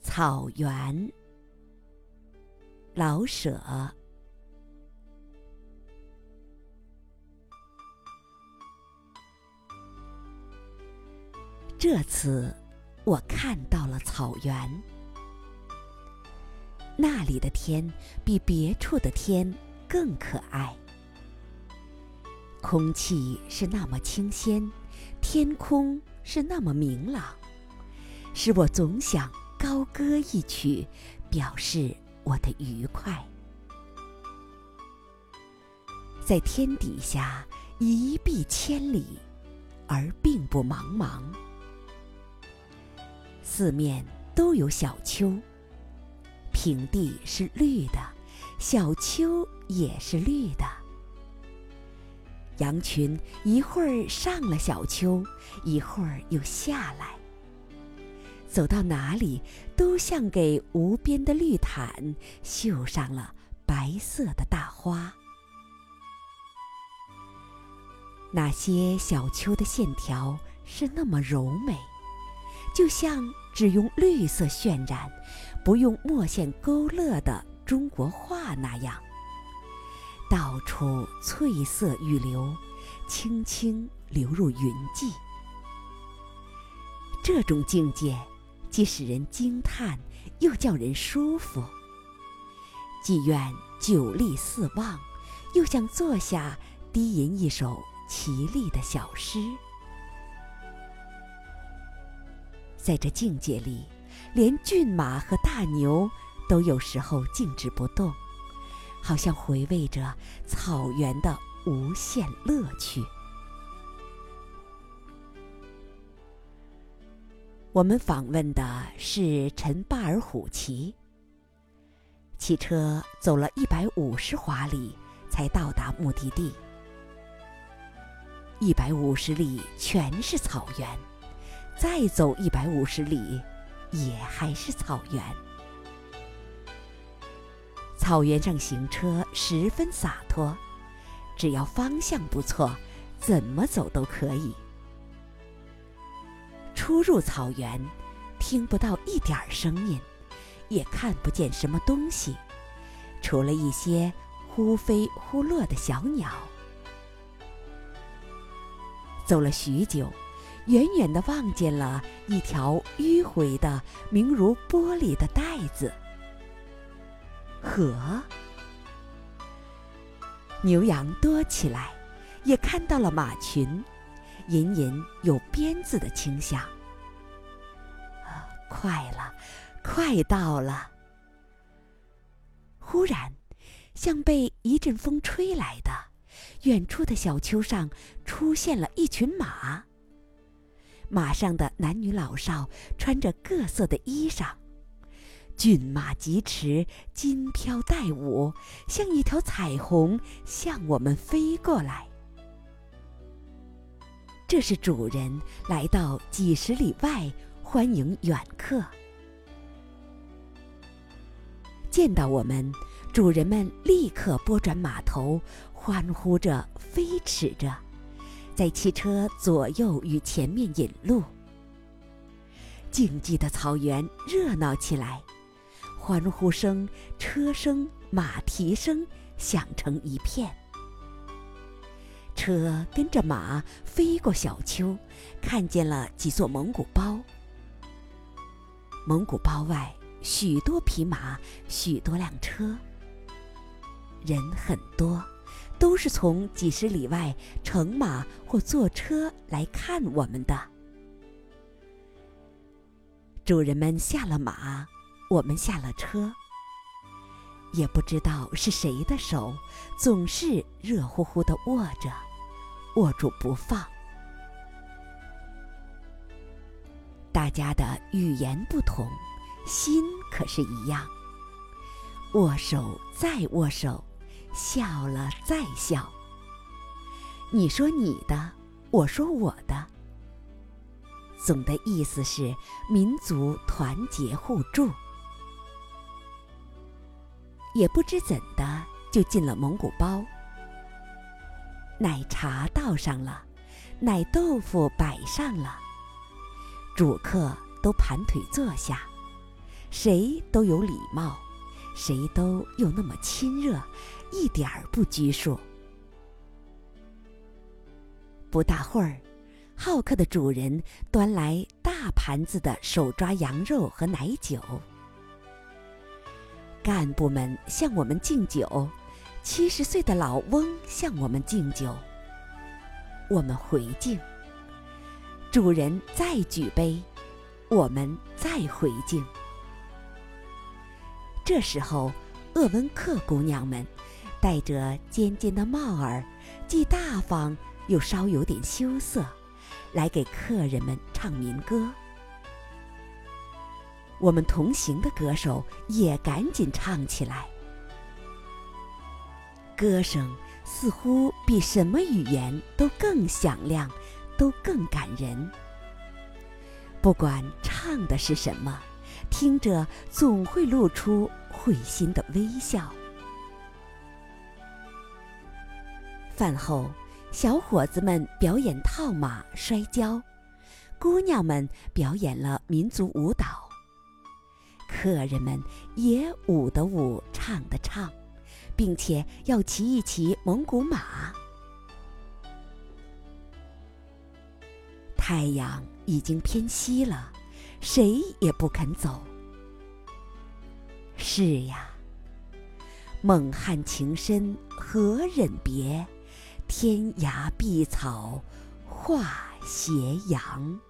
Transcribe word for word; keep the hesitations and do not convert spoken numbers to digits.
草原，老舍。这次我看到了草原，那里的天比别处的天更可爱，空气是那么清鲜，天空是那么明朗，使我总想高歌一曲，表示我的愉快。在天底下一碧千里，而并不茫茫，四面都有小丘，平地是绿的，小丘也是绿的。羊群一会儿上了小丘，一会儿又下来，走到哪里都像给无边的绿毯绣上了白色的大花。那些小丘的线条是那么柔美，就像只用绿色渲染，不用墨线勾勒的中国画那样，到处翠色欲流，轻轻流入云际。这种境界既使人惊叹，又叫人舒服，既愿久立四望，又想坐下低吟一首绮丽的小诗。在这境界里，连骏马和大牛都有时候静止不动，好像回味着草原的无限乐趣。我们访问的是陈巴尔虎旗，骑车走了一百五十华里才到达目的地。一百五十里全是草原，再走一百五十里也还是草原。草原上行车十分洒脱，只要方向不错，怎么走都可以。初入草原，听不到一点声音，也看不见什么东西，除了一些忽飞忽落的小鸟。走了许久，远远地望见了一条迂回的明如玻璃的带子。河。牛羊多起来，也看到了马群，隐隐有鞭子的倾向。啊，快了，快到了！忽然，像被一阵风吹来的，远处的小丘上出现了一群马。马上的男女老少穿着各色的衣裳，骏马疾驰，金飘带舞，像一条彩虹向我们飞过来。这是主人来到几十里外欢迎远客。见到我们，主人们立刻拨转马头，欢呼着，飞驰着，在汽车左右与前面引路。静寂的草原热闹起来，欢呼声、车声、马蹄声响成一片。车跟着马飞过小丘，看见了几座蒙古包。蒙古包外许多匹马，许多辆车，人很多，都是从几十里外乘马或坐车来看我们的。主人们下了马，我们下了车，也不知道是谁的手，总是热乎乎地握着，握住不放。大家的语言不同，心可是一样。握手再握手，笑了再笑。你说你的，我说我的，总的意思是民族团结互助。也不知怎的就进了蒙古包，奶茶倒上了，奶豆腐摆上了，主客都盘腿坐下， 谁都有礼貌，谁都又那么亲热，一点儿不拘束。不大会儿，好客的主人端来大盘子的手抓羊肉和奶酒。干部们向我们敬酒，七十岁的老翁向我们敬酒。我们回敬，主人再举杯，我们再回敬。这时候，鄂温克姑娘们戴着尖尖的帽儿，既大方又稍有点羞涩，来给客人们唱民歌。我们同行的歌手也赶紧唱起来，歌声似乎比什么语言都更响亮，都更感人。不管唱的是什么，听着总会露出会心的微笑。饭后，小伙子们表演套马、摔跤，姑娘们表演了民族舞蹈，客人们也舞的舞，唱的唱，并且要骑一骑蒙古马。太阳已经偏西了，谁也不肯走。是呀，蒙汉情深何忍别，天涯碧草化斜阳。